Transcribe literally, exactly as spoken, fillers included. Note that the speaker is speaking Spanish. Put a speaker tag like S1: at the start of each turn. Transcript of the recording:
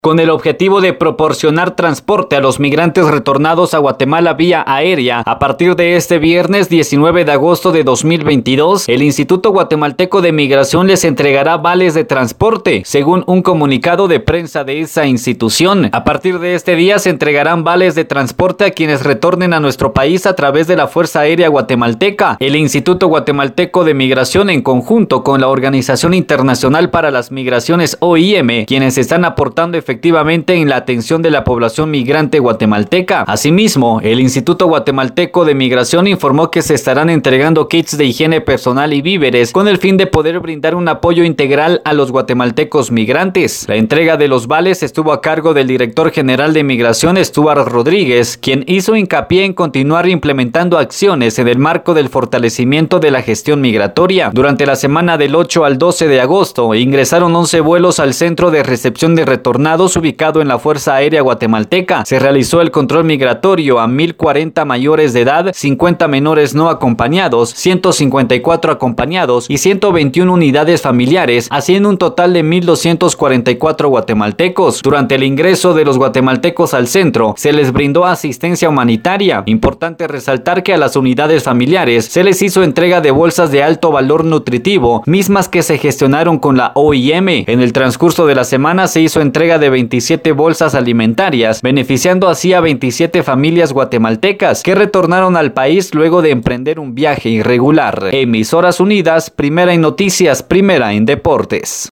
S1: Con el objetivo de proporcionar transporte a los migrantes retornados a Guatemala vía aérea, a partir de este viernes diecinueve de agosto de dos mil veintidós, el Instituto Guatemalteco de Migración les entregará vales de transporte, según un comunicado de prensa de esa institución. A partir de este día se entregarán vales de transporte a quienes retornen a nuestro país a través de la Fuerza Aérea Guatemalteca. El Instituto Guatemalteco de Migración, en conjunto con la Organización Internacional para las Migraciones O I M, quienes están aportando efectivamente efectivamente en la atención de la población migrante guatemalteca. Asimismo, el Instituto Guatemalteco de Migración informó que se estarán entregando kits de higiene personal y víveres con el fin de poder brindar un apoyo integral a los guatemaltecos migrantes. La entrega de los vales estuvo a cargo del director general de Migración, Stuart Rodríguez, quien hizo hincapié en continuar implementando acciones en el marco del fortalecimiento de la gestión migratoria. Durante la semana del ocho al doce de agosto, ingresaron once vuelos al centro de recepción de retornados ubicado en la Fuerza Aérea Guatemalteca. Se realizó el control migratorio a mil cuarenta mayores de edad, cincuenta menores no acompañados, ciento cincuenta y cuatro acompañados y ciento veintiuna unidades familiares, haciendo un total de mil doscientos cuarenta y cuatro guatemaltecos. Durante el ingreso de los guatemaltecos al centro, se les brindó asistencia humanitaria. Importante resaltar que a las unidades familiares se les hizo entrega de bolsas de alto valor nutritivo, mismas que se gestionaron con la O I M. En el transcurso de la semana se hizo entrega de veintisiete bolsas alimentarias, beneficiando así a veintisiete familias guatemaltecas que retornaron al país luego de emprender un viaje irregular. Emisoras Unidas, primera en noticias, primera en deportes.